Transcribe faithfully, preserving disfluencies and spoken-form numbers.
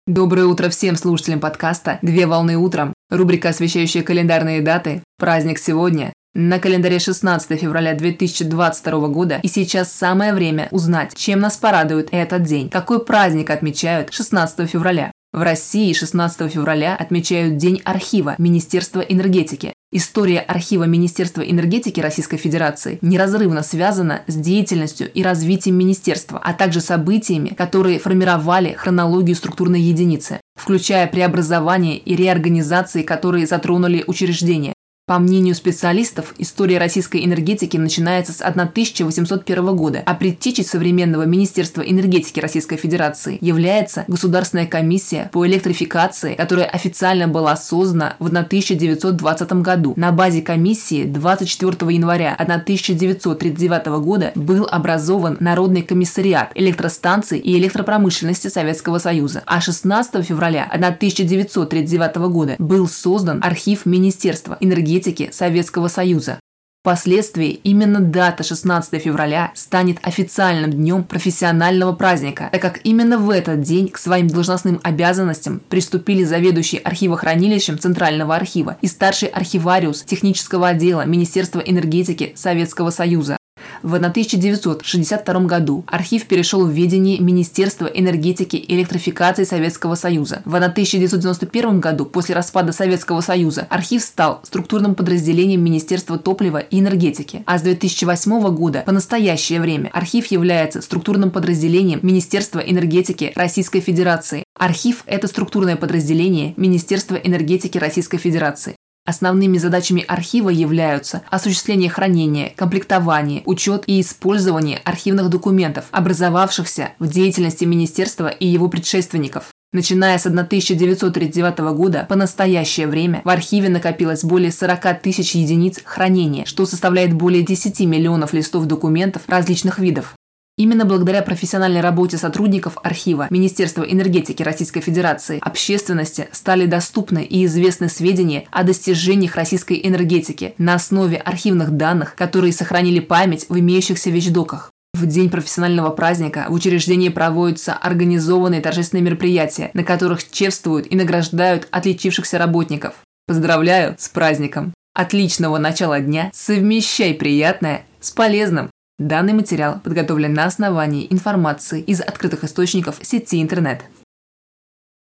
Доброе утро всем слушателям подкаста «Две волны утром». Рубрика, освещающая календарные даты. Праздник сегодня. На календаре шестнадцатое февраля две тысячи двадцать второго года, и сейчас самое время узнать, чем нас порадует этот день. Какой праздник отмечают шестнадцатого февраля? В России шестнадцатого февраля отмечают День архива Министерства энергетики. История архива Министерства энергетики Российской Федерации неразрывно связана с деятельностью и развитием министерства, а также событиями, которые формировали хронологию структурной единицы, включая преобразования и реорганизации, которые затронули учреждение. По мнению специалистов, история российской энергетики начинается с тысяча восемьсот первого года, а предтечей современного Министерства энергетики Российской Федерации является Государственная комиссия по электрификации, которая официально была создана в тысяча девятьсот двадцатом году. На базе комиссии двадцать четвёртого января тысяча девятьсот тридцать девятого года был образован Народный комиссариат электростанций и электропромышленности Советского Союза, а шестнадцатого февраля тысяча девятьсот тридцать девятого года был создан архив Министерства энергетики Советского Союза. Впоследствии именно дата шестнадцатого февраля станет официальным днем профессионального праздника, так как именно в этот день к своим должностным обязанностям приступили заведующий архивохранилищем Центрального архива и старший архивариус технического отдела Министерства энергетики Советского Союза. В тысяча девятьсот шестьдесят втором году архив перешел в ведение Министерства энергетики и электрификации Советского Союза. В тысяча девятьсот девяносто первом году, после распада Советского Союза, архив стал структурным подразделением Министерства топлива и энергетики. А с две тысячи восьмого года по настоящее время архив является структурным подразделением Министерства энергетики Российской Федерации. Архив – это структурное подразделение Министерства энергетики Российской Федерации. Основными задачами архива являются осуществление хранения, комплектование, учет и использование архивных документов, образовавшихся в деятельности министерства и его предшественников. Начиная с тысяча девятьсот тридцать девятого года по настоящее время в архиве накопилось более сорока тысяч единиц хранения, что составляет более десяти миллионов листов документов различных видов. Именно благодаря профессиональной работе сотрудников архива Министерства энергетики Российской Федерации общественности стали доступны и известны сведения о достижениях российской энергетики на основе архивных данных, которые сохранили память в имеющихся вещдоках. В день профессионального праздника в учреждении проводятся организованные торжественные мероприятия, на которых чествуют и награждают отличившихся работников. Поздравляю с праздником! Отличного начала дня! Совмещай приятное с полезным! Данный материал подготовлен на основании информации из открытых источников сети интернет.